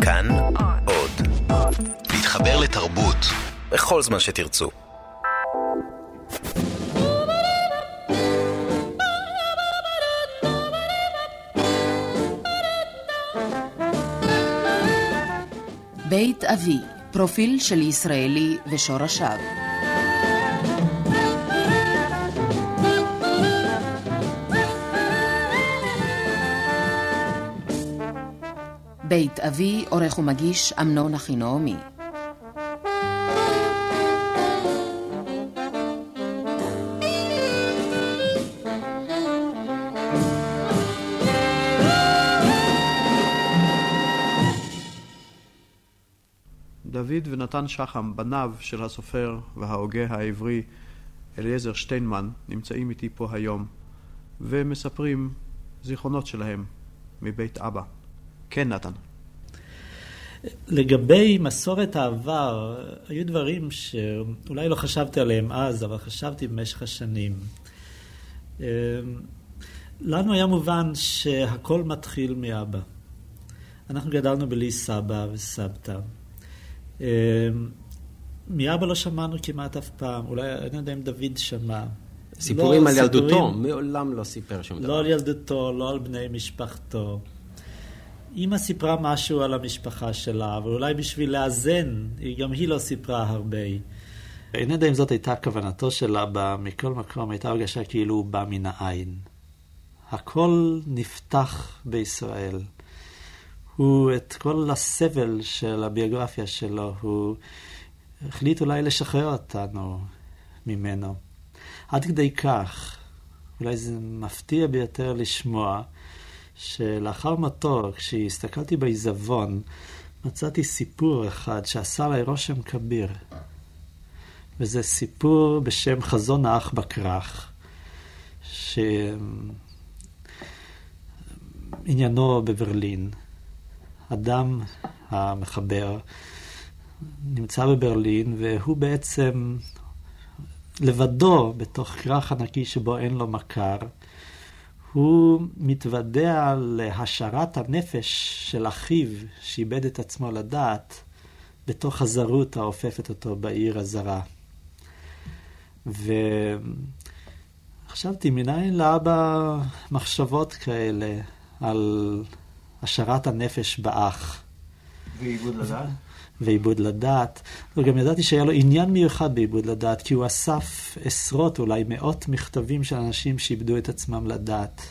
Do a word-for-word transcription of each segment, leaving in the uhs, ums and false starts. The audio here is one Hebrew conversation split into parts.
כאן עוד. להתחבר לתרבות בכל זמן שתרצו. בית אבי, פרופיל של ישראלי ושורשיו. בית אבי, עורך ומגיש אמנון אחינועמי. דוד ונתן שחם, בניו של הסופר וההוגה העברי אליעזר שטיינמן, נמצאים איתי פה היום ומספרים זיכרונות שלהם מבית אבא. כן, נתן. לגבי מסורת העבר, היו דברים שאולי לא חשבתי עליהם אז, אבל חשבתי במשך השנים. לנו היה מובן שהכל מתחיל מאבא. אנחנו גדלנו בלי סבא וסבתא. מאבא לא שמענו כמעט אף פעם, אולי אני יודע אם דוד שמע. סיפורים על ילדותו, מעולם לא סיפר שום דבר. לא על ילדותו, לא על בני משפחתו. אמא סיפרה משהו על המשפחה שלה, אבל אולי בשביל לאזן, גם היא לא סיפרה הרבה. אני יודע אם זאת הייתה כוונתו של אבא, מכל מקום הייתה הרגשה כאילו הוא בא מן העין. הכל נפתח בישראל. הוא את כל הסבל של הביוגרפיה שלו, הוא החליט אולי לשחרר אותנו ממנו. עד כדי כך, אולי זה מפתיע ביותר לשמוע, שלאחר מותו, כשהסתכלתי בעיזבון, מצאתי סיפור אחד שעשה לי רושם כביר. וזה סיפור בשם חזון האח בכרך, שעניינו בברלין. אדם המחבר נמצא בברלין, והוא בעצם לבדו בתוך כרך ענקי שבו אין לו מכר. הוא מתוודע להשארת הנפש של אחיו שאיבד את עצמו לדעת בתוך הזרות האופפת אותו בעיר הזרה. וחשבתי, מנין לאבא מחשבות כאלה על השארת הנפש באח. ועיבוד לדעת? ועיבוד לדעת. וגם ידעתי שהיה לו עניין מיוחד בעיבוד לדעת, כי הוא אסף עשרות, אולי מאות מכתבים של אנשים שאיבדו את עצמם לדעת.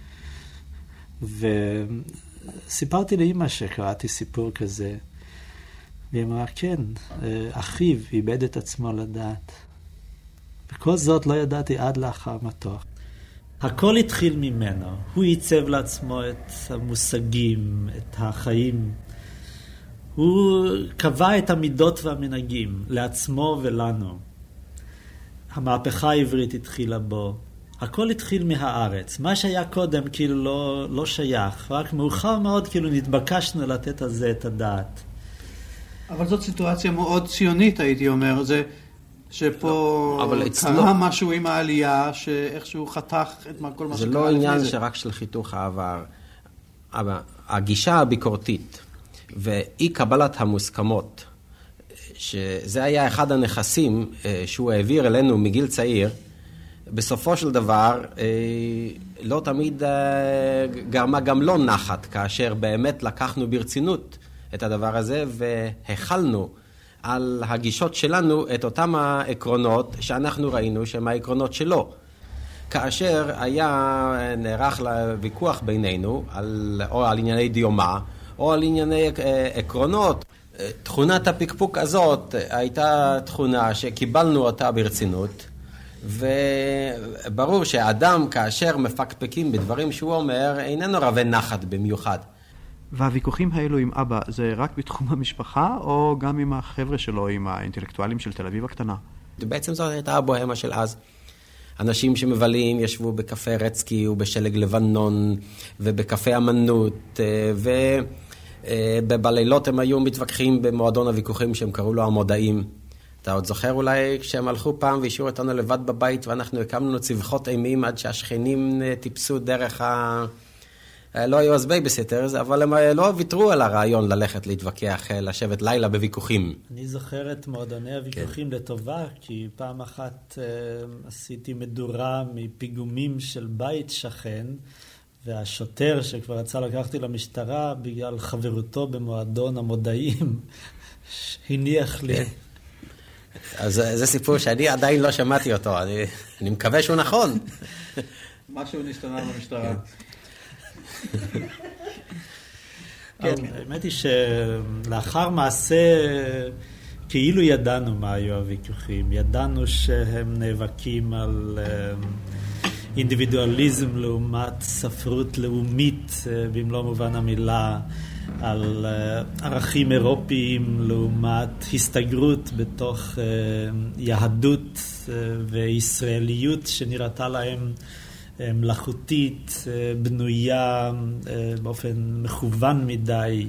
וסיפרתי לאמא שקראתי סיפור כזה, והיא אמרה, כן, אחיו איבד את עצמו לדעת. וכל זאת לא ידעתי עד לאחר מותו. הכל התחיל ממנו. הוא ייצב לעצמו את המושגים, את החיים. הוא קבע את המידות והמנהגים לעצמו ולנו. המהפכה העברית התחילה בו. הכל התחיל מהארץ. מה שהיה קודם כאילו לא, לא שייך. רק מאוחר מאוד כאילו נתבקשנו לתת על זה את הדעת. אבל זאת סיטואציה מאוד ציונית, הייתי אומר. זה שפה אבל קרה אצלו... משהו עם העלייה, שאיכשהו חתך את כל מה זה שקרה לא לפני עניין זה. שרק של חיתוך העבר. אבל הגישה הביקורתית ואי קבלת המוסכמות, שזה היה אחד הנכסים שהוא העביר אלינו מגיל צעיר, בסופו של דבר לא תמיד גרמה גם לא נחת, כאשר באמת לקחנו ברצינות את הדבר הזה והחלנו על הגישות שלנו את אותם העקרונות שאנחנו ראינו שהם העקרונות שלו. כאשר היה נערך לוויכוח בינינו על, או על ענייני דיומה או על ענייני עקרונות, תכונת הפקפוק הזאת הייתה תכונה שקיבלנו אותה ברצינות, וברור שהאדם כאשר מפקפקים בדברים שהוא אומר איננו רווה נחת במיוחד. והוויכוחים האלו עם אבא זה רק בתחום המשפחה או גם עם החבר'ה שלו, עם האינטלקטואלים של תל אביב הקטנה? בעצם זאת הייתה הבוהמה של אז. אנשים שמבלים ישבו בקפה רצקי ובשלג לבנון ובקפה אמנות, ובלילות הם היו מתווכחים במועדון הוויכוחים שהם קראו לו המודעים. אתה עוד זוכר אולי כשהם הלכו פעם והשאירו אותנו לבד בבית ואנחנו הקמנו צווחות אימים עד שהשכנים טיפסו דרך ה... לא היו אז בייביסיטרס, אבל הם לא ויתרו על הרעיון ללכת להתווכח, לשבת לילה בוויכוחים. אני זוכר את מועדוני הוויכוחים כן. לטובה, כי פעם אחת אה, עשיתי מדורה מפיגומים של בית שכן, והשוטר שכבר רצה לקחתי למשטרה, בגלל חברותו במועדון המודעים, הניח לי. אז זה סיפור שאני עדיין לא שמעתי אותו, אני, אני מקווה שהוא נכון. משהו נשתנה במשטרה. כן, האמת היא שלאחר מעשה, כאילו ידענו מה היו הוויכוחים, ידענו שהם נאבקים על אינדיבידואליזם לעומת ספרות לאומית, במלוא מובן המילה, על ערכים אירופיים לעומת הסתגרות בתוך יהדות וישראליות שנראתה להם מלאכותית, בנויה באופן מכוון מדי,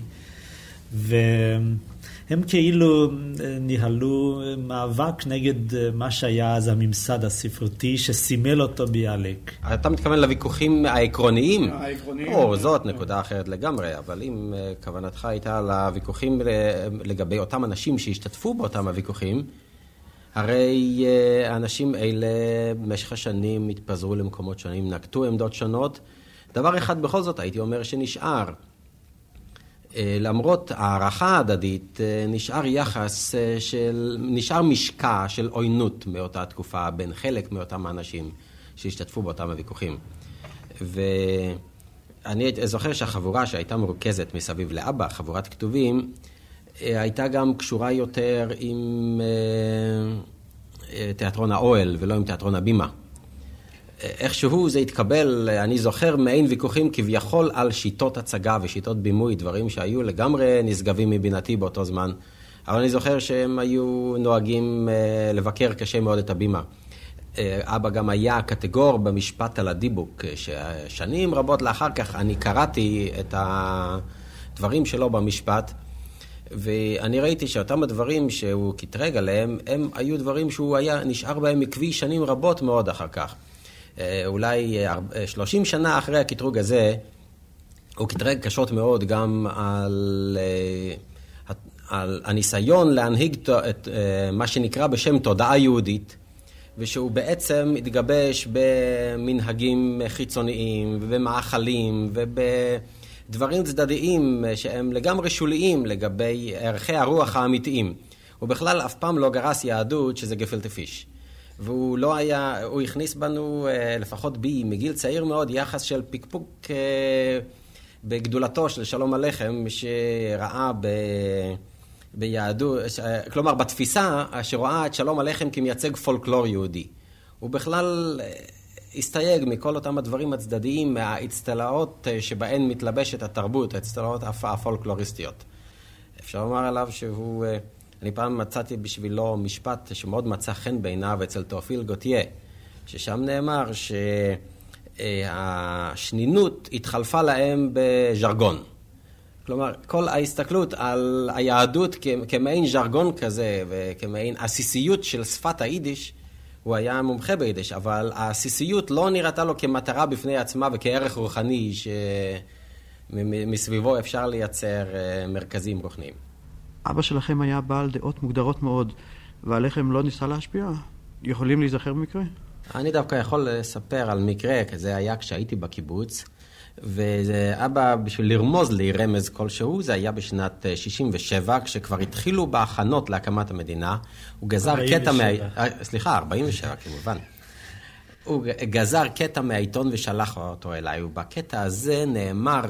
והם כאילו ניהלו מאבק נגד מה שהיה אז הממסד הספרותי שסימל אותו ביאליק. אתה מתכוון לוויכוחים העקרוניים? העקרוניים. או, זאת נקודה אחרת לגמרי, אבל אם כוונתך הייתה לוויכוחים לגבי אותם אנשים שהשתתפו באותם הוויכוחים, הרי האנשים אלה במשך השנים התפזרו למקומות שונים, נקטו עמדות שונות. דבר אחד בכל זאת הייתי אומר שנשאר. למרות הערכה ההדדית, נשאר יחס של, נשאר משקע של עוינות מאותה תקופה בין חלק מאותם האנשים שהשתתפו באותם הוויכוחים. ואני זוכר שהחבורה שהייתה מרוכזת מסביב לאבא, חבורת כתובים, הייתה גם קשורה יותר עם תיאטרון האוהל ולא עם תיאטרון הבימה. איכשהו זה התקבל, אני זוכר מעין ויכוחים כביכול על שיטות הצגה ושיטות בימוי, דברים שהיו לגמרי נשגבים מבינתי באותו זמן, אבל אני זוכר שהם היו נוהגים לבקר קשה מאוד את הבימה. אבא גם היה קטגור במשפט על הדיבוק, ששנים רבות לאחר כך אני קראתי את הדברים שלו במשפט, ואני ראיתי שאותם הדברים שהוא כתרג עליהם, הם היו דברים שהוא היה נשאר בהם מקווי שנים רבות מאוד אחר כך. אולי שלושים שנה אחרי הכתרוג הזה, הוא כתרג קשות מאוד גם על, על הניסיון להנהיג את מה שנקרא בשם תודעה יהודית, ושהוא בעצם התגבש במנהגים חיצוניים ובמאכלים ובדברים צדדיים שהם לגמרי שוליים לגבי ערכי הרוח האמיתיים. הוא בכלל אף פעם לא גרס יהדות שזה גפלטע פיש. והוא לא היה, הוא הכניס בנו, לפחות בי, מגיל צעיר מאוד, יחס של פיקפוק בגדולתו של שלום הלחם, שראה ב... ביהדות, כלומר בתפיסה שרואה את שלום הלחם כמייצג פולקלור יהודי. הוא בכלל הסתייג מכל אותם הדברים הצדדיים, מהאצטלאות שבהן מתלבשת התרבות, האצטלאות הפולקלוריסטיות. אפשר לומר עליו שהוא... אני פעם מצאתי בשבילו משפט שמאוד מצא חן בעיניו אצל תאופיל גוטיה, ששם נאמר שהשנינות התחלפה להם בז'רגון. כלומר, כל ההסתכלות על היהדות כמעין ז'רגון כזה וכמעין עסיסיות של שפת היידיש, הוא היה מומחה ביידיש, אבל העסיסיות לא נראתה לו כמטרה בפני עצמה וכערך רוחני שמסביבו אפשר לייצר מרכזים רוחניים. אבא שלכם היה בעל דעות מוגדרות מאוד, ועליכם לא ניסה להשפיע? יכולים להיזכר במקרה? אני דווקא יכול לספר על מקרה, כי זה היה כשהייתי בקיבוץ, ואבא, בשביל לרמוז לי רמז כלשהו, זה היה בשנת שישים ושבע, כשכבר התחילו בהכנות להקמת המדינה, הוא גזר קטע מה... סליחה, ארבעים ושבע כמובן. הוא גזר קטע מהעיתון ושלח אותו אליי, ובקטע הזה נאמר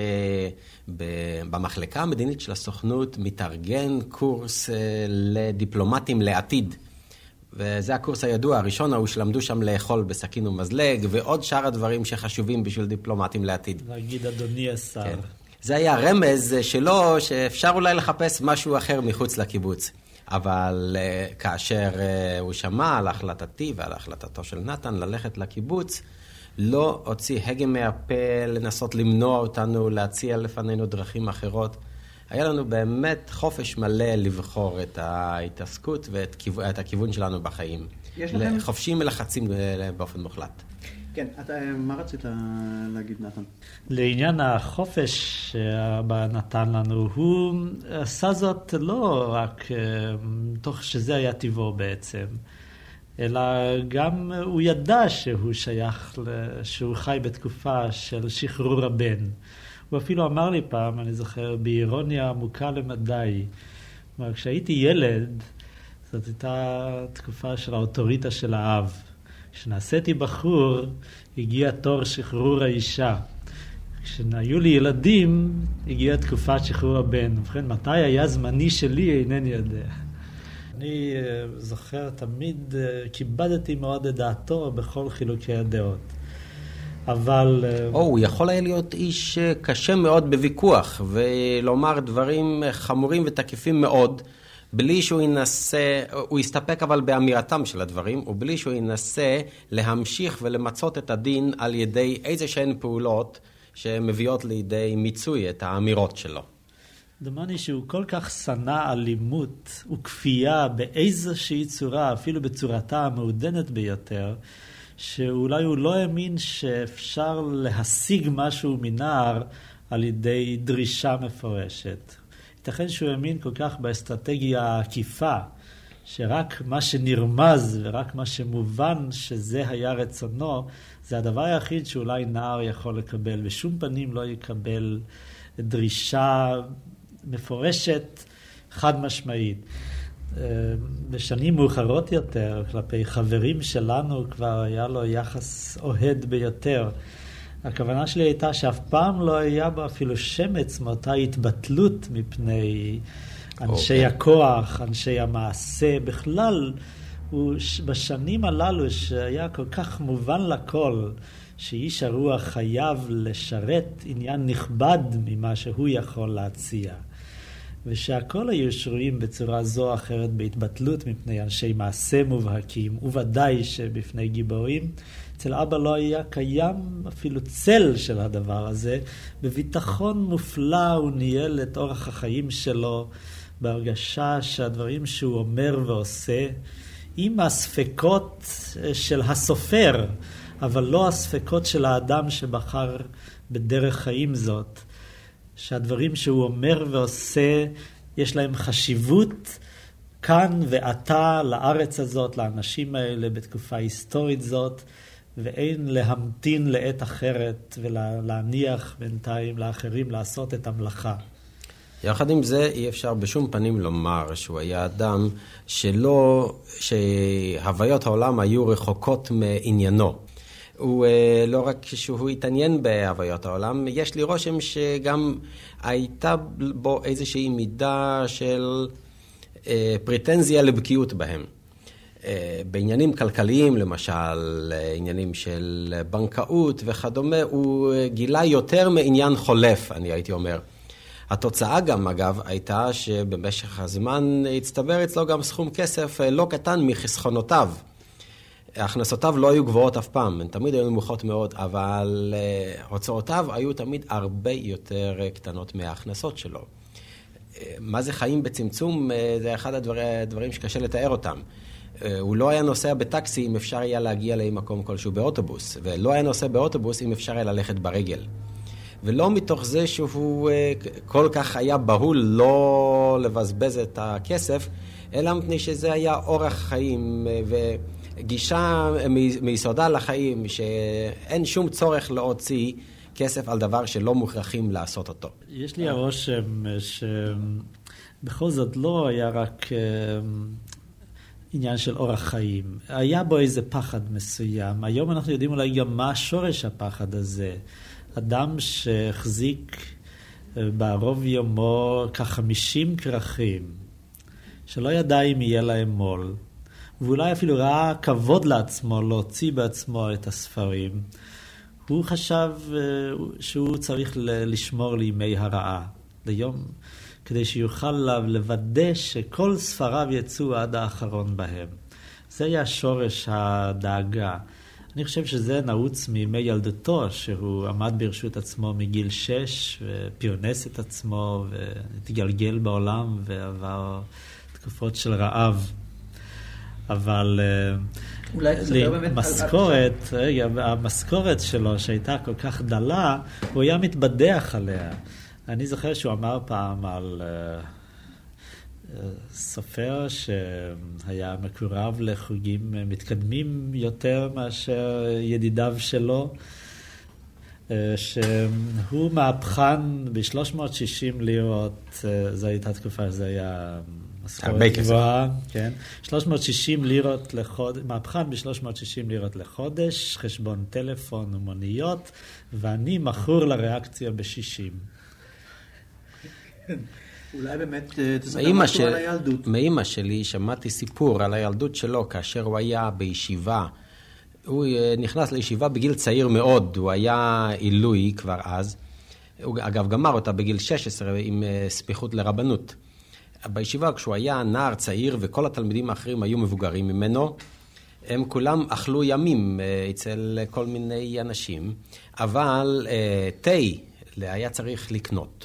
שבמחלקה המדינית של הסוכנות מתארגן קורס לדיפלומטים לעתיד. וזה הקורס הידוע, הראשון הוא שלמדו שם לאכול בסכין ומזלג, ועוד שאר הדברים שחשובים בשביל דיפלומטים לעתיד. להגיד אדוני השר. כן. זה היה רמז שלו, שאפשר אולי לחפש משהו אחר מחוץ לקיבוץ. אבל uh, כאשר uh, הוא שמע על החלטתי ועל החלטתו של נתן ללכת לקיבוץ, לא הוציא הגה מהפה לנסות למנוע אותנו, להציע לפנינו דרכים אחרות. היה לנו באמת חופש מלא לבחור את ההתעסקות ואת כיו... את הכיוון שלנו בחיים. לכם... חופשים מלחצים באופן מוחלט. כן, אתה, מה רצית להגיד, נתן? לעניין החופש שאבא נתן לנו, הוא עשה זאת לא רק תוך שזה היה טבעו בעצם, אלא גם הוא ידע שהוא שייך, שהוא חי בתקופה של שחרור הבן. הוא אפילו אמר לי פעם, אני זוכר, באירוניה עמוקה למדי, כלומר, כשהייתי ילד, זאת הייתה תקופה של האוטוריטה של האב. כשנעשיתי בחור, הגיע תור שחרור האישה. כשהיו לי ילדים, הגיעה תקופת שחרור הבן. ובכן, מתי היה זמני שלי, אינני יודע. אני זוכר, תמיד כיבדתי מאוד את דעתו בכל חילוקי הדעות. אבל... או, הוא יכול היה להיות איש קשה מאוד בוויכוח, ולומר דברים חמורים ותקיפים מאוד, בלי שהוא ינסה, הוא יסתפק אבל באמירתם של הדברים, ובלי שהוא ינסה להמשיך ולמצות את הדין על ידי איזה שהן פעולות שמביאות לידי מיצוי את האמירות שלו. דומני שהוא כל כך שנא אלימות וכפייה באיזושהי צורה, אפילו בצורתה המעודנת ביותר, שאולי הוא לא האמין שאפשר להשיג משהו מנער על ידי דרישה מפורשת. ייתכן שהוא האמין כל כך באסטרטגיה העקיפה, שרק מה שנרמז ורק מה שמובן שזה היה רצונו, זה הדבר היחיד שאולי נער יכול לקבל. בשום פנים לא יקבל דרישה מפורשת חד משמעית. בשנים מאוחרות יותר, כלפי חברים שלנו כבר היה לו יחס אוהד ביותר. הכוונה שלי הייתה שאף פעם לא היה בו אפילו שמץ מאותה התבטלות מפני אנשי okay. הכוח, אנשי המעשה. בכלל, הוא, בשנים הללו שהיה כל כך מובן לכל, שאיש הרוח חייב לשרת עניין נכבד ממה שהוא יכול להציע. ושהכל היו שרויים בצורה זו או אחרת בהתבטלות מפני אנשי מעשה מובהקים, וודאי שבפני גיבורים. אצל אבא לא היה קיים אפילו צל של הדבר הזה. בביטחון מופלא הוא ניהל את אורח החיים שלו, בהרגשה שהדברים שהוא אומר ועושה, עם הספקות של הסופר, אבל לא הספקות של האדם שבחר בדרך חיים זאת. שהדברים שהוא אומר ועושה, יש להם חשיבות כאן ועתה לארץ הזאת, לאנשים האלה בתקופה היסטורית זאת, ואין להמתין לעת אחרת ולהניח בינתיים לאחרים לעשות את המלאכה. יחד עם זה אי אפשר בשום פנים לומר שהוא היה אדם שלא, שהוויות העולם היו רחוקות מעניינו. הוא לא רק שהוא התעניין בהוויות העולם, יש לי רושם שגם הייתה בו איזושהי מידה של פריטנזיה לבקיאות בהם. בעניינים כלכליים, למשל, עניינים של בנקאות וכדומה, הוא גילה יותר מעניין חולף, אני הייתי אומר. התוצאה גם, אגב, הייתה שבמשך הזמן הצטבר אצלו גם סכום כסף לא קטן מחסכונותיו. הכנסותיו לא היו גבוהות אף פעם, הן תמיד היו נמוכות מאוד, אבל הוצאותיו היו תמיד הרבה יותר קטנות מההכנסות שלו. מה זה חיים בצמצום? זה אחד הדברים, הדברים שקשה לתאר אותם. הוא לא היה נוסע בטקסי אם אפשר היה להגיע למקום כלשהו באוטובוס, ולא היה נוסע באוטובוס אם אפשר היה ללכת ברגל. ולא מתוך זה שהוא כל כך היה בהול לא לבזבז את הכסף, אלא מפני שזה היה אורח חיים וגישה מיסודה לחיים, שאין שום צורך להוציא כסף על דבר שלא מוכרחים לעשות אותו. יש לי הרושם שבכל זאת לא היה רק עניין של אורח חיים. היה בו איזה פחד מסוים. היום אנחנו יודעים אולי גם מה שורש הפחד הזה. אדם שהחזיק בערוב יומו כחמישים כרכים, שלא ידע אם יהיה להם מול, ואולי אפילו ראה כבוד לעצמו להוציא בעצמו את הספרים, הוא חשב שהוא צריך לשמור לימי הרעה, ליום, כדי שיוכל לוודא שכל ספריו יצאו עד האחרון בהם. זה היה שורש הדאגה. אני חושב שזה נעוץ מימי ילדותו, שהוא עמד ברשות עצמו מגיל שש, ופיונס את עצמו, והתגלגל בעולם, ועבר תקופות של רעב. אבל אולי תספר באמת משכורת, רגע, המשכורת שלו שהייתה כל כך דלה, הוא היה מתבדח עליה. אני זוכר שהוא אמר פעם על סופר שהיה מקורב לחוגים מתקדמים יותר מאשר ידידיו שלו, שהוא מהפכן ב-שלוש מאות ושישים לירות, זו הייתה תקופה, זה היה משכורת גבוהה, כן? שלוש מאות ושישים לירות לחודש, מהפכן ב-שלוש מאות ושישים לירות לחודש, חשבון טלפון ומוניות, ואני מכור לריאקציה ב-שישים. אולי באמת תספר משהו על הילדות. מאמא שלי שמעתי סיפור על הילדות שלו כאשר הוא היה בישיבה. הוא נכנס לישיבה בגיל צעיר מאוד, הוא היה עילוי כבר אז. הוא אגב גמר אותה בגיל שש עשרה עם סמיכות לרבנות. בישיבה כשהוא היה נער צעיר וכל התלמידים האחרים היו מבוגרים ממנו, הם כולם אכלו ימים אצל כל מיני אנשים, אבל תה היה צריך לקנות.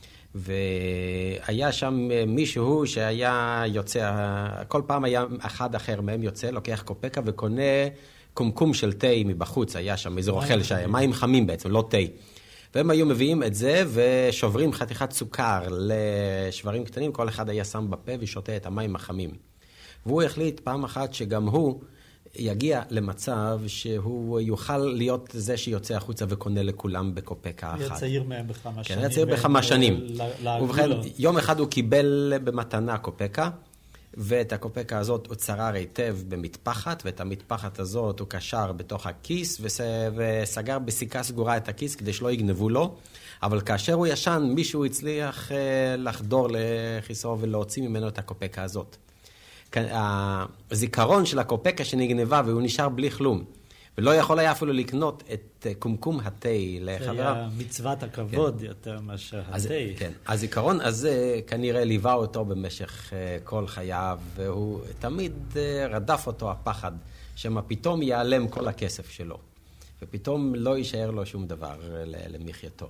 והיה שם מישהו שהיה יוצא, כל פעם היה אחד אחר מהם יוצא, לוקח קופקה וקונה קומקום של תה מבחוץ, היה שם איזה אוכל שהיה, מים חמים בעצם, לא תה. והם היו מביאים את זה ושוברים חתיכת סוכר לשברים קטנים, כל אחד היה שם בפה ושותה את המים החמים. והוא החליט פעם אחת שגם הוא יגיע למצב שהוא יוכל להיות זה שיוצא החוצה וקונה לכולם בקופקה אחת. היה צעיר מהם בכמה שנים. כן, היה צעיר בכמה שנים. ובכן, יום אחד הוא קיבל במתנה קופקה, ואת הקופקה הזאת הוא צרר היטב במטפחת, ואת המטפחת הזאת הוא קשר בתוך הכיס, וסגר בסיכה סגורה את הכיס כדי שלא יגנבו לו. אבל כאשר הוא ישן, מישהו הצליח לחדור לכיסו ולהוציא ממנו את הקופקה הזאת. הזיכרון של הקופקה שנגנבה והוא נשאר בלי כלום. ולא יכול היה אפילו לקנות את קומקום התה לחברה. זה היה מצוות הכבוד כן. יותר מאשר התה. כן. הזיכרון הזה כנראה ליווה אותו במשך כל חייו, והוא תמיד רדף אותו הפחד, שמה פתאום ייעלם כל הכסף שלו, ופתאום לא יישאר לו שום דבר למחייתו.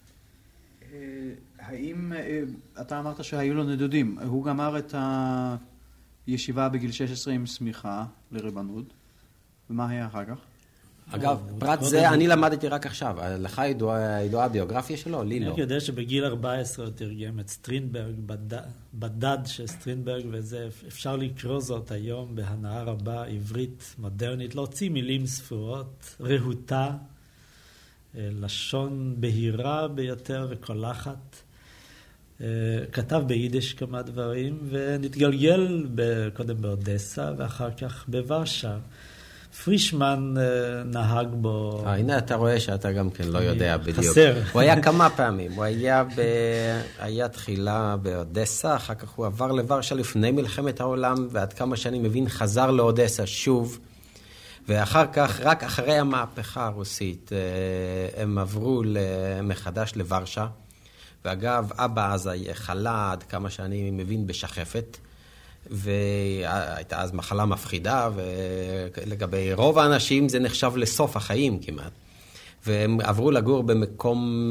האם, אתה אמרת שהיו לו נדודים, הוא גמר את הישיבה בגיל שש עשרה עם סמיכה לרבנות, ומה היה אחר כך? אגב, פרט זה אני למדתי רק עכשיו. לך ידועה הביוגרפיה שלו? לי לא. אני יודע שבגיל ארבע עשרה הוא תרגם את סטרינברג, בדד של סטרינברג, וזה אפשר לקרוא זאת היום בהנאה רבה, עברית מודרנית, להוציא מילים ספורות, רהוטה, לשון בהירה ביותר וקולחת. כתב ביידיש כמה דברים, ונתגלגל קודם באודסה, ואחר כך בוורשה. פרישמן נהג בו... הנה אתה רואה שאתה גם כן לא יודע בדיוק. חסר. הוא היה כמה פעמים. הוא היה, ב... היה תחילה באודסה, אחר כך הוא עבר לוורשה לפני מלחמת העולם, ועד כמה שאני מבין חזר לאודסה שוב, ואחר כך, רק אחרי המהפכה הרוסית, הם עברו מחדש לוורשה, ואגב, אבא אז חלה, עד כמה שאני מבין, בשחפת, והייתה אז מחלה מפחידה, ולגבי רוב האנשים זה נחשב לסוף החיים כמעט. והם עברו לגור במקום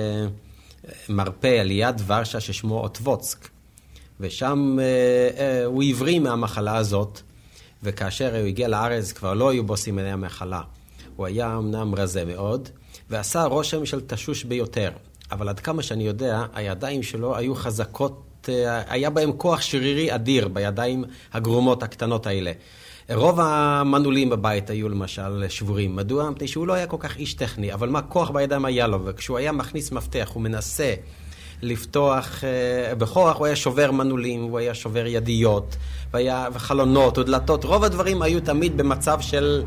מרפא על יד ורשה ששמו אוטבוצק, ושם הוא עברי מהמחלה הזאת, וכאשר הוא הגיע לארץ כבר לא היו בו סימני המחלה. הוא היה אמנם רזה מאוד, ועשה רושם של תשוש ביותר. אבל עד כמה שאני יודע, הידיים שלו היו חזקות, היה בהם כוח שרירי אדיר בידיים הגרומות הקטנות האלה. רוב המנעולים בבית היו למשל שבורים. מדוע? מפני שהוא לא היה כל כך איש טכני, אבל מה כוח בידיים היה לו? וכשהוא היה מכניס מפתח, הוא מנסה לפתוח בכוח, הוא היה שובר מנעולים, הוא היה שובר ידיות, והיה חלונות ודלתות. רוב הדברים היו תמיד במצב של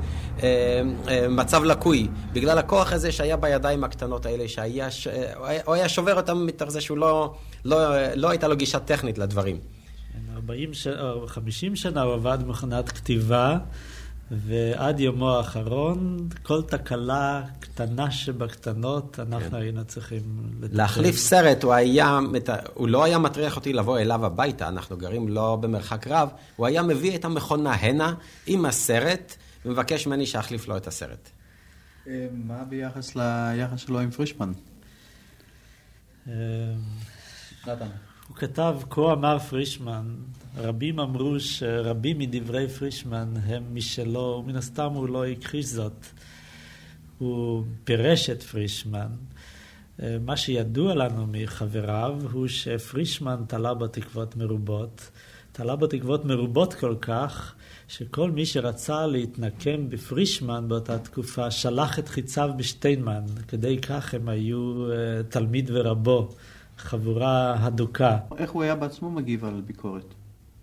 מצב לקוי, בגלל הכוח הזה שהיה בידיים הקטנות האלה, שהיה, הוא היה שובר אותם מתוך זה שהוא לא, לא, לא הייתה לו גישה טכנית לדברים. ארבעים, חמישים שנה הוא עבד במכונת כתיבה, ועד יומו האחרון, כל תקלה קטנה שבקטנות, אנחנו כן. היינו צריכים לתקן. להחליף סרט, הוא, היה, הוא לא היה מטריח אותי לבוא אליו הביתה, אנחנו גרים לא במרחק רב, הוא היה מביא את המכונה הנה עם הסרט, ומבקש ממני שאחליף לו את הסרט. מה ביחס ליחס שלו עם פרישמן? נתן. הוא כתב, כה אמר פרישמן, רבים אמרו שרבים מדברי פרישמן הם משלו, ומן הסתם הוא לא הכחיש זאת. הוא פירש את פרישמן. מה שידוע לנו מחבריו הוא שפרישמן תלה בו תקוות מרובות, תלה בו תקוות מרובות כל כך, שכל מי שרצה להתנקם בפרישמן באותה תקופה, שלח את חיציו בשטיינמן, כדי כך הם היו תלמיד ורבו, חבורה הדוקה. איך הוא היה בעצמו מגיב על ביקורת?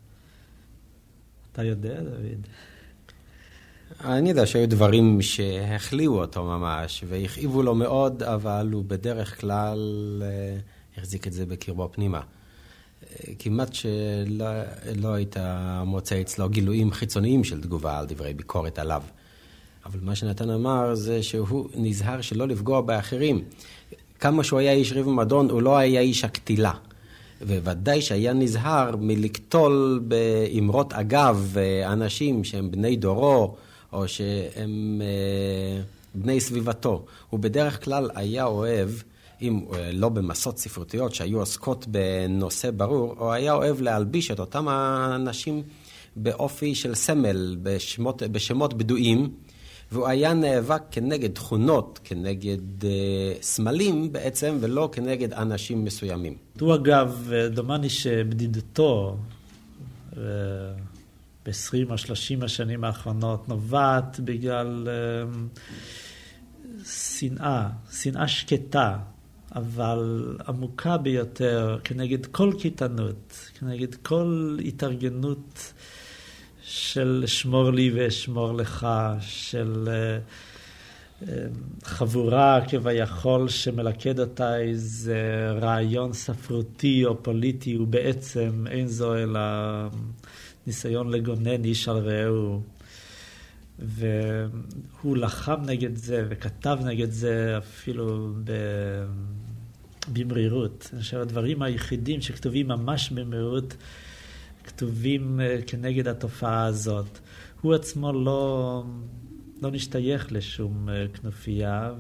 אתה יודע, דוד? אני יודע שהיו דברים שהחליאו אותו ממש, והכאיבו לו מאוד, אבל הוא בדרך כלל החזיק את זה בקרבו פנימה. כמעט שלא לא הייתה מוצא אצלו גילויים חיצוניים של תגובה על דברי ביקורת עליו. אבל מה שנתן אמר זה שהוא נזהר שלא לפגוע באחרים. כמה שהוא היה איש ריב ומדון, הוא לא היה איש הקטילה. וודאי שהיה נזהר מלקטול באמרות אגב אנשים שהם בני דורו, או שהם בני סביבתו. הוא בדרך כלל היה אוהב, אם לא במסות ספרותיות שהיו עוסקות בנושא ברור, או היה אוהב להלביש את אותם האנשים באופי של סמל, בשמות, בשמות בדויים, והוא היה נאבק כנגד תכונות, כנגד uh, סמלים בעצם, ולא כנגד אנשים מסוימים. הוא אגב, דומני שבדידותו uh, ב-עשרים או שלושים השנים האחרונות נובעת בגלל uh, שנאה, שנאה שקטה, אבל עמוקה ביותר, כנגד כל קיתנות, כנגד כל התארגנות של שמור לי ואשמור לך, של uh, uh, חבורה כביכול שמלכד אותה איזה רעיון ספרותי או פוליטי, ובעצם אין זו אלא ניסיון לגונן איש על רעהו. והוא לחם נגד זה וכתב נגד זה אפילו ב... במרירות. אני חושב, הדברים היחידים שכתובים ממש במרירות, כתובים כנגד התופעה הזאת. הוא עצמו לא, לא נשתייך לשום כנופיה,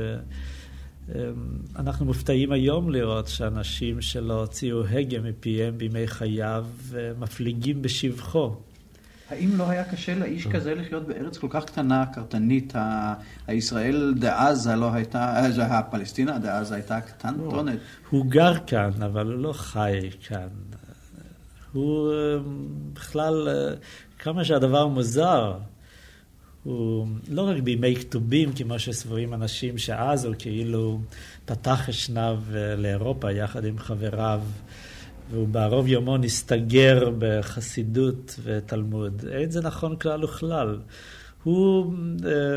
ואנחנו מופתעים היום לראות שאנשים שלא הוציאו הגה מפיהם בימי חייו מפליגים בשבחו. האם לא היה קשה לאיש כזה לחיות בארץ כל כך קטנה, קרטנית? הישראל דאז לא הייתה, הפלסטינה דאז הייתה קטנטונת. הוא גר כאן, אבל הוא לא חי כאן. הוא בכלל, כמה שהדבר מוזר, הוא לא רק בימי כתובים, כמו שסבורים אנשים שאז הוא כאילו פתח אשניו לאירופה יחד עם חבריו, והוא בערוב יומו נסתגר בחסידות ותלמוד. אין זה נכון כלל וכלל. הוא אה,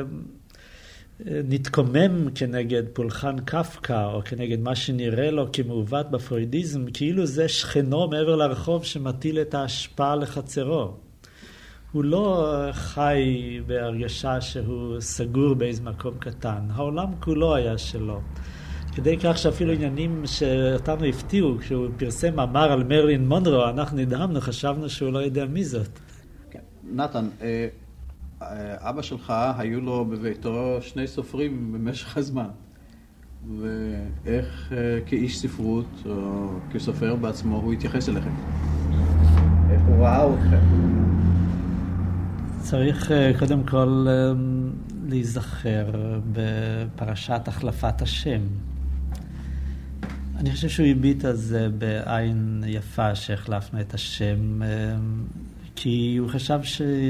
נתקומם כנגד פולחן קפקא, או כנגד מה שנראה לו כמעוות בפרוידיזם, כאילו זה שכנו מעבר לרחוב שמטיל את ההשפעה לחצרו. הוא לא חי בהרגשה שהוא סגור באיזה מקום קטן. העולם כולו היה שלו. כדי כך שאפילו עניינים שאותנו הפתיעו, כשהוא פרסם מאמר על מרלין מונרו, אנחנו נדהמנו, חשבנו שהוא לא יודע מי זאת. כן. נתן, אבא שלך היו לו בביתו שני סופרים במשך הזמן. ואיך כאיש ספרות או כסופר בעצמו הוא התייחס אליכם? איך הוא ראה אתכם? צריך קודם כל להיזכר בפרשת החלפת השם. אני חושב שהוא הביט על זה בעין יפה שהחלפנו את השם, כי הוא חשב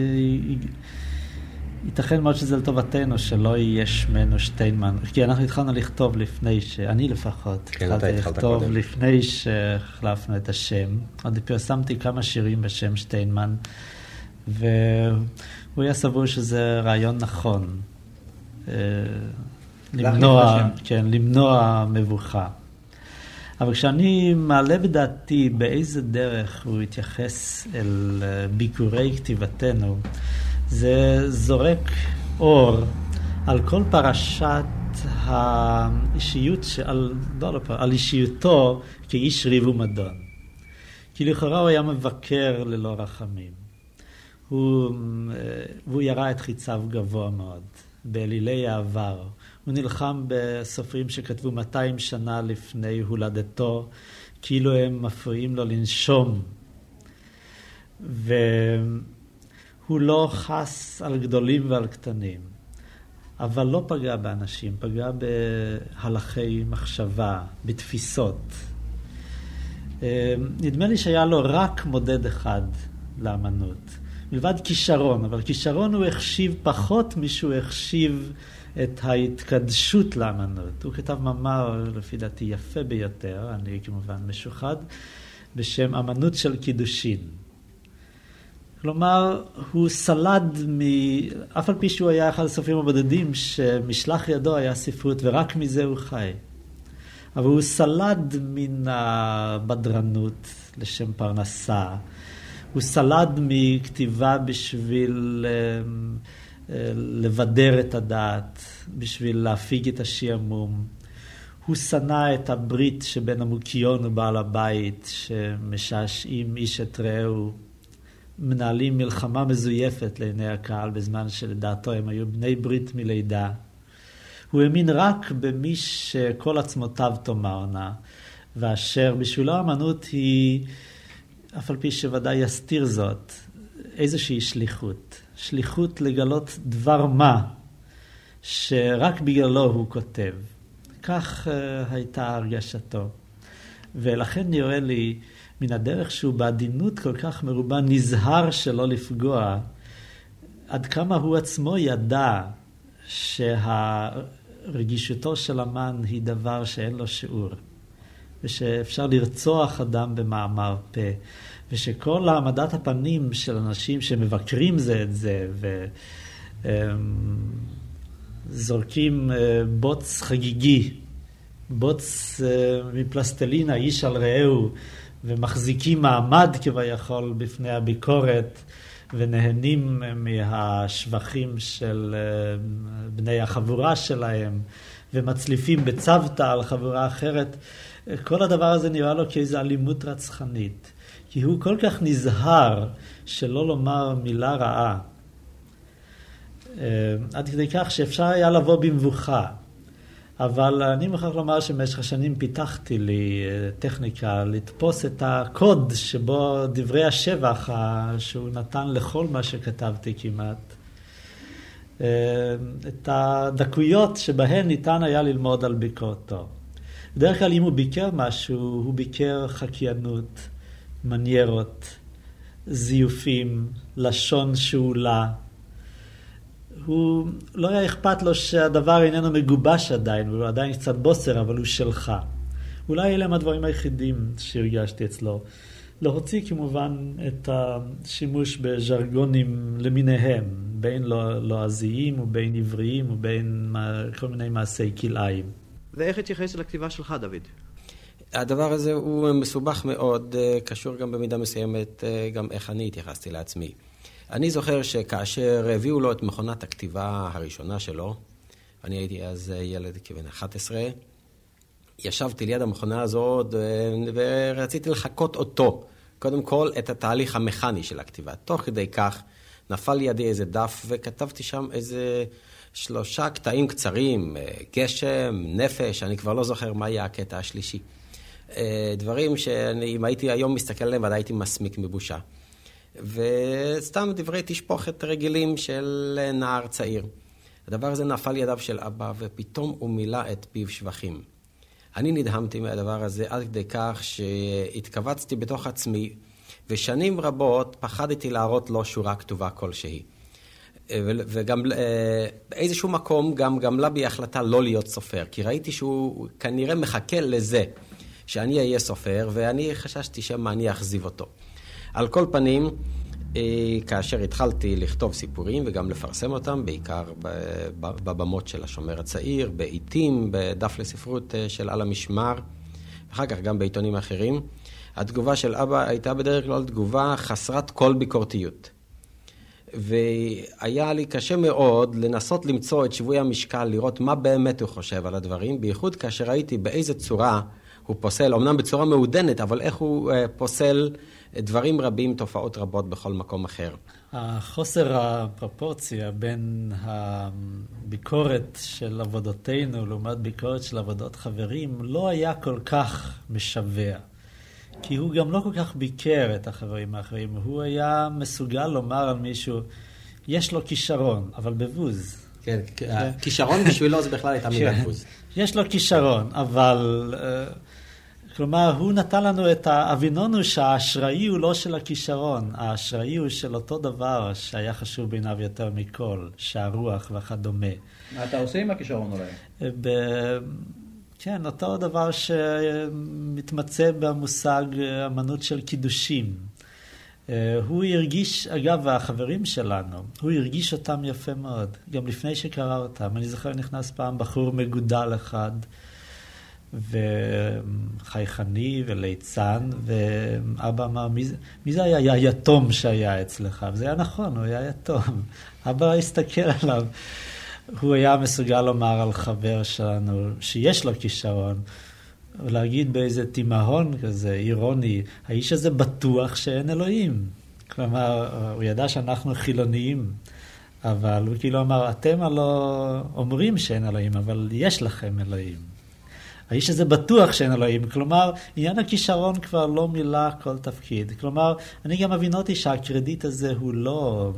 שייתכן מאוד שזה לטובתנו, שלא יהיה שמנו שטיינמן. כי אנחנו התחלנו לכתוב לפני ש... אני לפחות כן, התחלתי לכתוב קודם. לפני שהחלפנו את השם. עוד פרסמתי כמה שירים בשם שטיינמן, והוא היה סבור שזה רעיון נכון. למנוע, כן, למנוע מבוכה. אבל כשאני מעלה בדעתי באיזה דרך הוא התייחס אל ביקורי כתיבתנו, זה זורק אור על כל פרשת האישיות, על, לא, לא, על אישיותו כאיש ריב ומדון. כי לכאורה הוא היה מבקר ללא רחמים. הוא, והוא ירה את חיציו גבוה מאוד, באלילי העבר. הוא נלחם בסופרים שכתבו מאתיים שנה לפני הולדתו, כאילו הם מפריעים לו לנשום. והוא לא חס על גדולים ועל קטנים, אבל לא פגע באנשים, פגע בהלכי מחשבה, בתפיסות. נדמה לי שהיה לו רק מודד אחד לאמנות, מלבד כישרון, אבל כישרון הוא החשיב פחות משהו החשיב את ההתקדשות לאמנות. הוא כתב מאמר, לפי דעתי, יפה ביותר, אני כמובן משוחד, בשם אמנות של קידושין. כלומר, הוא סלד, מ... אף על פי שהוא היה אחד הסופרים הבודדים, שמשלח ידו היה ספרות, ורק מזה הוא חי. אבל הוא סלד מן הבדרנות לשם פרנסה. הוא סלד מכתיבה בשביל לבדר את הדעת, בשביל להפיג את השעמום. הוא שנא את הברית שבין המוקיון ובעל הבית, שמשעשעים איש את רעהו, מנהלים מלחמה מזויפת לעיני הקהל, בזמן שלדעתו הם היו בני ברית מלידה. הוא האמין רק במי שכל עצמותיו תאמרנה, ואשר בשבילו האמנות היא, אף על פי שוודאי יסתיר זאת, איזושהי שליחות. שליחות לגלות דבר מה, שרק בגללו הוא כותב. כך uh, הייתה הרגשתו. ולכן נראה לי, מן הדרך שהוא בעדינות כל כך מרובה נזהר שלא לפגוע, עד כמה הוא עצמו ידע שהרגישותו של אמן היא דבר שאין לו שיעור, ושאפשר לרצוח אדם במאמר פה, ושכל העמדת הפנים של אנשים שמבקרים זה את זה, וזורקים בוץ חגיגי, בוץ מפלסטלינה, איש על רעהו, ומחזיקים מעמד כביכול בפני הביקורת, ונהנים מהשבחים של בני החבורה שלהם, ומצליפים בצוותא על חבורה אחרת. כל הדבר הזה נראה לו כאיזו אלימות רצחנית, כי הוא כל כך נזהר שלא לומר מילה רעה, עד כדי כך שאפשר היה לבוא במבוכה. אבל אני מוכרח לומר שבמשך השנים פיתחתי לי טכניקה לתפוס את הקוד שבו דברי השבח שהוא נתן לכל מה שכתבתי כמעט, את הדקויות שבהן ניתן היה ללמוד על ביקורתו. בדרך כלל אם הוא ביקר משהו, הוא ביקר חקיינות, מניירות, זיופים, לשון שאולה. הוא לא היה אכפת לו שהדבר איננו מגובש עדיין, הוא עדיין קצת בוסר, אבל הוא שלך. אולי אלה הם הדברים היחידים שהרגשתי אצלו. להוציא כמובן את השימוש בז'רגונים למיניהם, בין לועזיים ובין עבריים ובין כל מיני מעשי כלאיים. ואיך התייחס לכתיבה שלך, דוד? הדבר הזה הוא מסובך מאוד, קשור גם במידה מסוימת, גם איך אני התייחסתי לעצמי. אני זוכר שכאשר הביאו לו את מכונת הכתיבה הראשונה שלו, אני הייתי אז ילד כבן אחת עשרה, ישבתי ליד המכונה הזאת ורציתי לחכות אותו, קודם כל את התהליך המכני של הכתיבה. תוך כדי כך נפל לידי איזה דף וכתבתי שם איזה שלושה קטעים קצרים, גשם, נפש, אני כבר לא זוכר מה היה הקטע השלישי. דברים שאם הייתי היום מסתכל עליהם ועדיין הייתי מסמיק מבושה. וסתם דברי תשפוכת רגילים של נער צעיר. הדבר הזה נפל לידיו של אבא ופתאום הוא מילא את פיו שבחים. אני נדהמתי מהדבר הזה עד כדי כך שהתכווצתי בתוך עצמי, ושנים רבות פחדתי להראות לו שורה כתובה כלשהי. וגם באיזשהו מקום גם גמלה בי החלטה לא להיות סופר, כי ראיתי שהוא כנראה מחכה לזה שאני אהיה סופר, ואני חששתי שמה אני אחזיב אותו. על כל פנים, כאשר התחלתי לכתוב סיפורים וגם לפרסם אותם, בעיקר בבמות של השומר הצעיר, בעיתים, בדף לספרות של על המשמר, אחר כך גם בעיתונים אחרים, התגובה של אבא הייתה בדרך כלל תגובה חסרת כל ביקורתיות. והיה לי קשה מאוד לנסות למצוא את שבוי המשקל, לראות מה באמת הוא חושב על הדברים, בייחוד כאשר ראיתי באיזה צורה הוא פוסל, אמנם בצורה מעודנת, אבל איך הוא פוסל דברים רבים, תופעות רבות בכל מקום אחר. החוסר הפרופורציה בין הביקורת של עבודותינו לעומת ביקורת של עבודות חברים לא היה כל כך משווה. כי הוא גם לא כל כך ביקר את החברים האחרים. הוא היה מסוגל לומר על מישהו, יש לו כישרון, אבל בבוז. כן, כישרון בשבילו זה בכלל הייתה מילה בוז. יש לו כישרון, אבל... כלומר, הוא נתן לנו את האבינונו שהאשראי הוא לא של הכישרון, האשראי הוא של אותו דבר שהיה חשוב בעיניו יותר מכל, שהרוח וכדומה. מה אתה עושה עם הכישרון אולי? ב... כן, אותו דבר שמתמצא במושג אמנות של קידושים. הוא הרגיש, אגב, החברים שלנו, הוא הרגיש אותם יפה מאוד, גם לפני שקרא אותם. אני זוכר נכנס פעם בחור מגודל אחד, וחייכני וליצן, ואבא אמר, מי זה, מי זה היה? היה יתום שהיה אצלך, וזה היה נכון, הוא היה יתום. אבא הסתכל עליו, הוא היה מסוגל לומר על חבר שלנו שיש לו כישרון, ולהגיד באיזה תימהון כזה, אירוני, האיש הזה בטוח שאין אלוהים. כלומר, הוא ידע שאנחנו חילוניים, אבל הוא כאילו אמר, אתם הלא אומרים שאין אלוהים, אבל יש לכם אלוהים. האיש הזה בטוח שאין אלוהים. כלומר, עניין הכישרון כבר לא מילא כל תפקיד. כלומר, אני גם מבין אותי שהקרדיט הזה הוא לא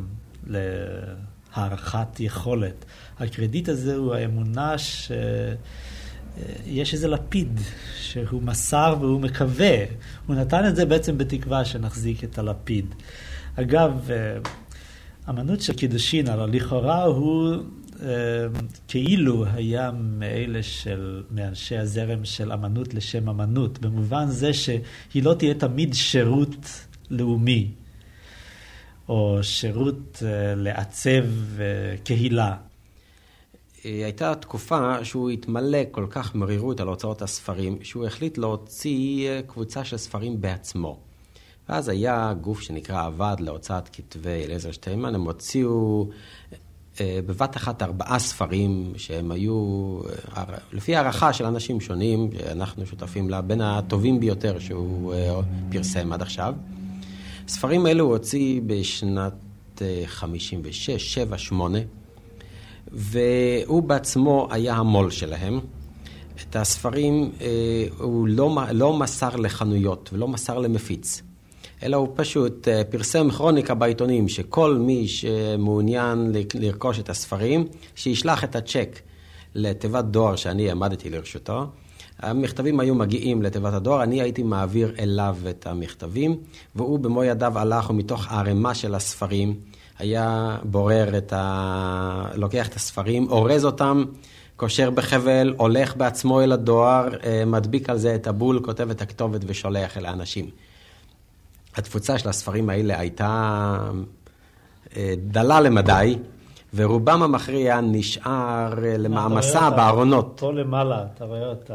להערכת יכולת. הקרדיט הזה הוא האמונה ש... יש איזה לפיד שהוא מסר והוא מקווה. הוא נתן את זה בעצם בתקווה שנחזיק את הלפיד. אגב, אמנות של קידושין, אבל לכאורה הוא כאילו היה מאלה של, מאנשי הזרם של אמנות לשם אמנות, במובן זה שהיא לא תהיה תמיד שירות לאומי, או שירות לעצב קהילה. הייתה תקופה שהוא התמלא כל כך מרירות על הוצאות הספרים, שהוא החליט להוציא קבוצה של ספרים בעצמו. ואז היה גוף שנקרא הוועד להוצאת כתבי אליעזר שטיינמן, הם הוציאו בבת אחת ארבעה ספרים שהם היו, לפי הערכה של אנשים שונים, שאנחנו שותפים לה, בין הטובים ביותר שהוא פרסם עד עכשיו. ספרים אלו הוא הוציא בשנת חמישים ושש, שבע, שמונה, והוא בעצמו היה המול שלהם. את הספרים הוא לא, לא מסר לחנויות ולא מסר למפיץ, אלא הוא פשוט פרסם כרוניקה בעיתונים שכל מי שמעוניין לרכוש את הספרים, שישלח את הצ'ק לתיבת דואר שאני עמדתי לרשותו. המכתבים היו מגיעים לתיבת הדואר, אני הייתי מעביר אליו את המכתבים, והוא במו ידיו הלך ומתוך הערימה של הספרים, היה בורר את ה... לוקח את הספרים, אורז אותם, קושר בחבל, הולך בעצמו אל הדואר, מדביק על זה את הבול, כותב את הכתובת ושולח אל האנשים. התפוצה של הספרים האלה הייתה דלה למדי, ורובם המכריע נשאר למעמסה בארונות. פה למעלה, אתה רואה אותם.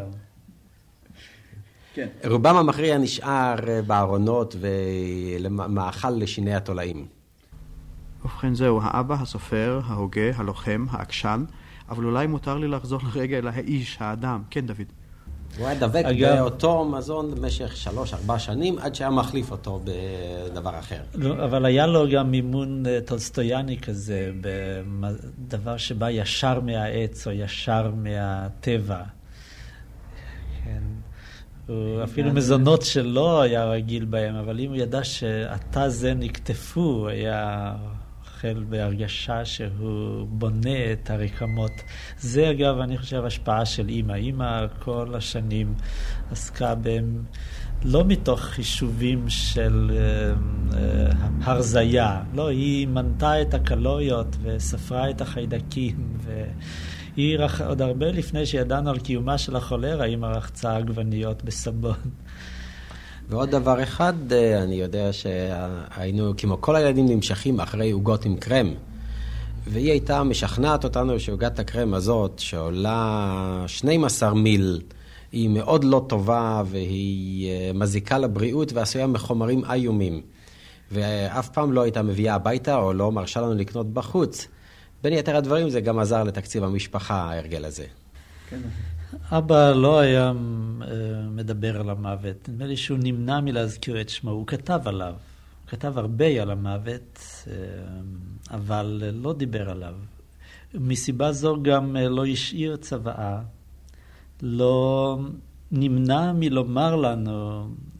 כן. רובם המכריע נשאר בארונות ולמאכל לשיני התולעים. ובכן זהו, האבא, הסופר, ההוגה, הלוחם, העקשן, אבל אולי מותר לי לחזור לרגע אל האיש, האדם. כן, דוד. הוא היה דבק אגב, באותו מזון במשך שלוש, ארבע שנים, עד שהיה מחליף אותו בדבר אחר. לא, אבל היה לו גם מימון טולסטויאני כזה, בדבר שבא ישר מהעץ או ישר מהטבע. כן. הוא אפילו מזונות שלו היה רגיל בהם, אבל אם הוא ידע שעתה זה נקטפו, הוא היה אוכל בהרגשה שהוא בונה את הרקמות. זה אגב, אני חושב, השפעה של אמא. אמא כל השנים עסקה בהם, לא מתוך חישובים של uh, uh, הרזיה. לא, היא מנתה את הקלוריות וספרה את החיידקים, והיא רח... עוד הרבה לפני שידענו על קיומה של החולרה, אמא רחצה עגבניות בסבון. ועוד דבר אחד, אני יודע שהיינו, כמו כל הילדים נמשכים אחרי עוגות עם קרם, והיא הייתה משכנעת אותנו שעוגת הקרם הזאת, שעולה שנים עשר מיל, היא מאוד לא טובה, והיא מזיקה לבריאות ועשויה מחומרים איומים. ואף פעם לא הייתה מביאה הביתה, או לא מרשה לנו לקנות בחוץ. בין יתר הדברים זה גם עזר לתקציב המשפחה, ההרגל הזה. כן. אבא לא היה מדבר על המוות. נדמה לי שהוא נמנע מלהזכיר את שמו. הוא כתב עליו. הוא כתב הרבה על המוות, אבל לא דיבר עליו. מסיבה זו גם לא השאיר צוואה. לא נמנע מלומר לנו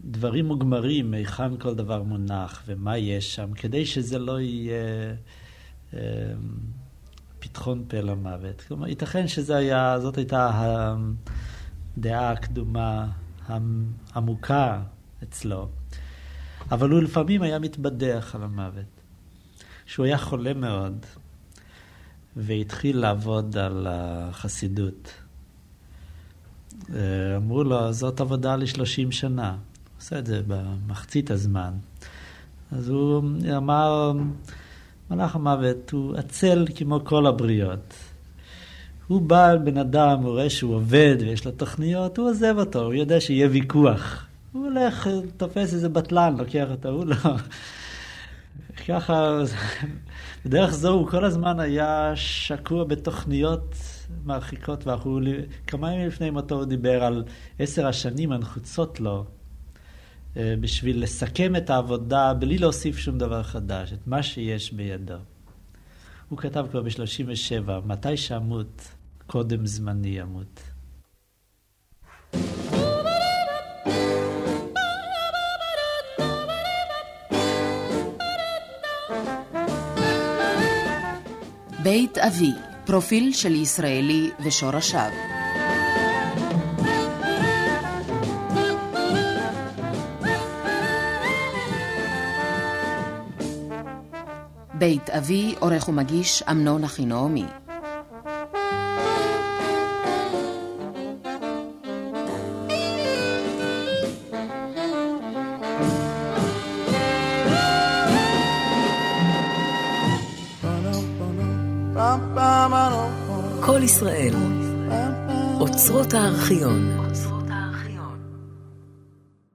דברים מוגמרים, היכן כל דבר מונח ומה יש שם, כדי שזה לא יהיה אה, פתחון פה למוות. כלומר, ייתכן שזה היה, זאת הייתה הדעה הקדומה העמוקה אצלו, אבל הוא לפעמים היה מתבדח על המוות. כשהוא היה חולה מאוד והתחיל לעבוד על החסידות, אמרו לו, זאת עבודה ל-שלושים שנה. הוא עושה את זה במחצית הזמן. אז הוא אמר, מלאך המוות הוא עצל כמו כל הבריות. הוא בא בן אדם, הוא רואה שהוא עובד ויש לו תוכניות, הוא עוזב אותו, הוא יודע שיהיה ויכוח. הוא הולך, תופס איזה בטלן, לוקח אותו, הוא לא. ככה, בדרך זו הוא כל הזמן היה שקוע בתוכניות מרחיקות ואחרו. כמה ימים לפני מותו הוא דיבר על עשר השנים הנחוצות לו, בשביל לסכם את העבודה בלי להוסיף שום דבר חדש, את מה שיש בידו. הוא כתב כבר ב-שלושים ושבע, מתי שאמות, קודם זמני אמות. בית אבי, פרופיל של ישראלי ושורשיו. בית אבי, עורך ומגיש אמנון אחינועמי. כל ישראל, אוצרות הארכיון.